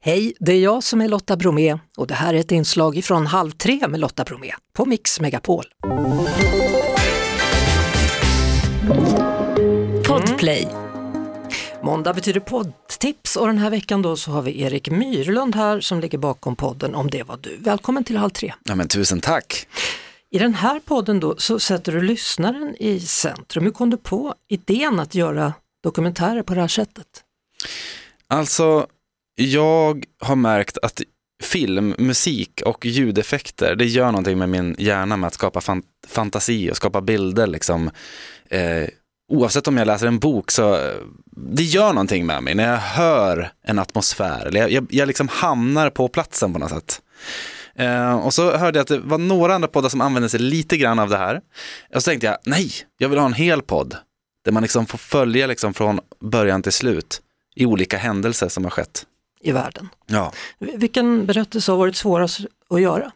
Hej, det är jag som är Lotta Bromé och det här är ett inslag ifrån 2:30 med Lotta Bromé på Mix Megapol. Podplay. Måndag betyder poddtips och den här veckan då så har vi Erik Myrlund här som ligger bakom podden Om det var du. Välkommen till 2:30. Ja, men tusen tack. I den här podden då så sätter du lyssnaren i centrum. Hur kom du på idén att göra dokumentärer på det här sättet? Alltså, jag har märkt att film, musik och ljudeffekter, det gör någonting med min hjärna med att skapa fantasi och skapa bilder liksom. Oavsett om jag läser en bok så det gör någonting med mig när jag hör en atmosfär. Eller jag liksom hamnar på platsen på något sätt. Och så hörde jag att det var några andra poddar som använde sig lite grann av det här. Och så tänkte jag, nej, jag vill ha en hel podd. Där man liksom får följa liksom från början till slut i olika händelser som har skett I världen. Ja. Vilken berättelse har varit svårast att göra?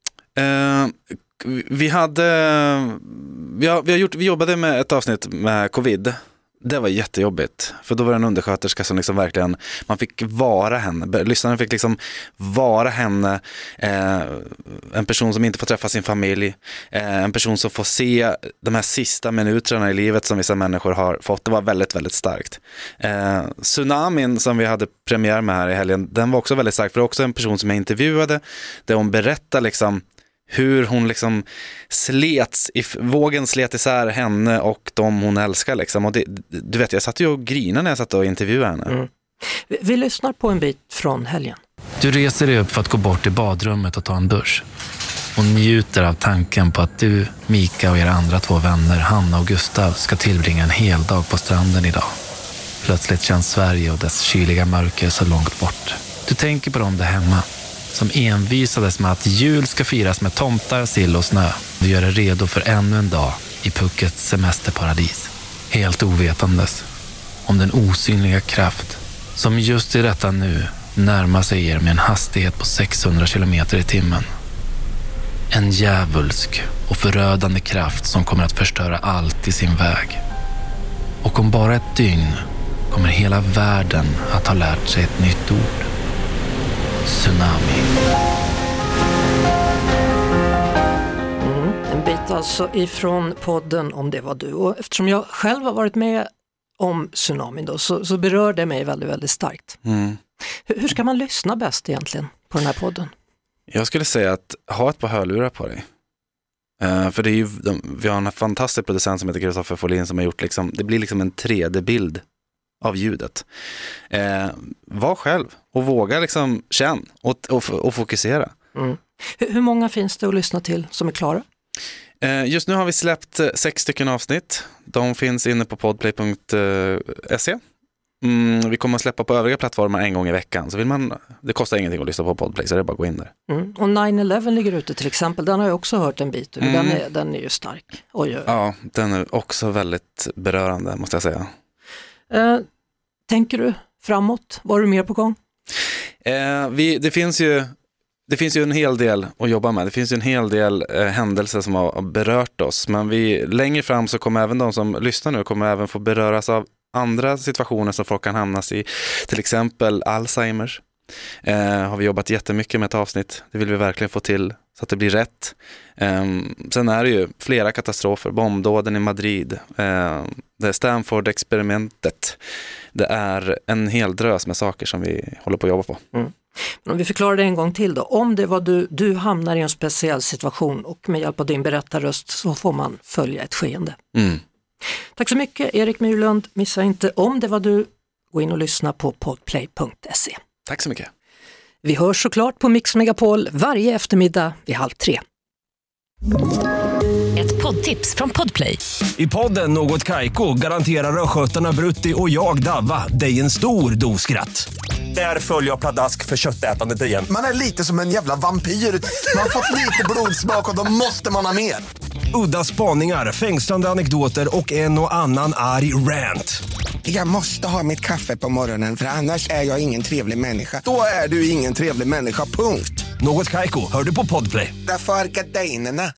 Vi jobbade med ett avsnitt med covid. Det var jättejobbigt. För då var det en undersköterska som liksom verkligen, man fick vara henne. Lyssnaren fick liksom vara henne. En person som inte får träffa sin familj. En person som får se de här sista minuterna i livet som vissa människor har fått. Det var väldigt, väldigt starkt. Tsunamin som vi hade premiär med här i helgen, den var också väldigt stark. För det var också en person som jag intervjuade. Där hon berättade liksom hur hon liksom vågen slet isär henne och de hon älskar liksom. Och du vet, jag satt ju och grinade när jag satt och intervjuade henne. Mm. Vi lyssnar på en bit från helgen. Du reser dig upp för att gå bort till badrummet och ta en dusch. Och njuter av tanken på att du, Mika och era andra 2 vänner, Hanna och Gustav, ska tillbringa en hel dag på stranden idag. Plötsligt känns Sverige och dess kyliga mörker så långt bort. Du tänker på dem där hemma, som envisades med att jul ska firas med tomtar, sill och snö. Du gör dig redo för ännu en dag i Puckets semesterparadis. Helt ovetandes om den osynliga kraft som just i detta nu närmar sig er med en hastighet på 600 kilometer i timmen. En djävulsk och förödande kraft som kommer att förstöra allt i sin väg. Och om bara ett dygn kommer hela världen att ha lärt sig ett nytt ord. Tsunami. En bit alltså ifrån podden Om det var du. Och eftersom jag själv har varit med om tsunamin då, så berör det mig väldigt, väldigt starkt. Mm. Hur ska man lyssna bäst egentligen på den här podden? Jag skulle säga att ha ett par hörlurar på dig. För det är ju, vi har en fantastisk producent som heter Kristoffer Folin som har gjort liksom, det blir liksom en 3D-bild av ljudet. Var själv och våga liksom känna och fokusera. Mm. Hur många finns det att lyssna till som är klara? Just nu har vi släppt 6 stycken avsnitt. De finns inne på podplay.se. Vi kommer att släppa på övriga plattformar en gång i veckan. Så det kostar ingenting att lyssna på Podplay, så det är bara att gå in där. Och 9/11 ligger ute till exempel. Den har jag också hört en bit. Den är ju stark. Ja, den är också väldigt berörande, måste jag säga. Tänker du framåt? Var du mer på gång? Det finns ju en hel del att jobba med. Det finns ju en hel del händelser som har berört oss. Men längre fram så kommer även de som lyssnar nu kommer även få beröras av andra situationer som folk kan hamnas i. Till exempel Alzheimers. Har vi jobbat jättemycket med ett avsnitt. Det vill vi verkligen få till så att det blir rätt. Sen är det ju flera katastrofer. Bombdåden i Madrid. Det är Stanford-experimentet. Det är en hel drös med saker som vi håller på att jobba på. Mm. Men om vi förklarar det en gång till då. Om det var du hamnar i en speciell situation och med hjälp av din berättarröst så får man följa ett skeende. Mm. Tack så mycket Erik Myrlund. Missa inte Om det var du. Gå in och lyssna på podplay.se. Tack så mycket. Vi hörs såklart på Mix Megapol varje eftermiddag vid 2:30. Ett poddtips från Podplay. I podden Något Kaiko garanterar skötarna Brutti och jag Davva dig en stor doskratt. Där följer jag pladask för köttätandet igen. Man är lite som en jävla vampyr. Man har fått lite blodsmak och då måste man ha mer. Udda spaningar, fängslande anekdoter och en och annan arg rant. Jag måste ha mitt kaffe på morgonen för annars är jag ingen trevlig människa. Då är du ingen trevlig människa, punkt. Något Kaiko, hör du på Podplay. Därför är gardinerna.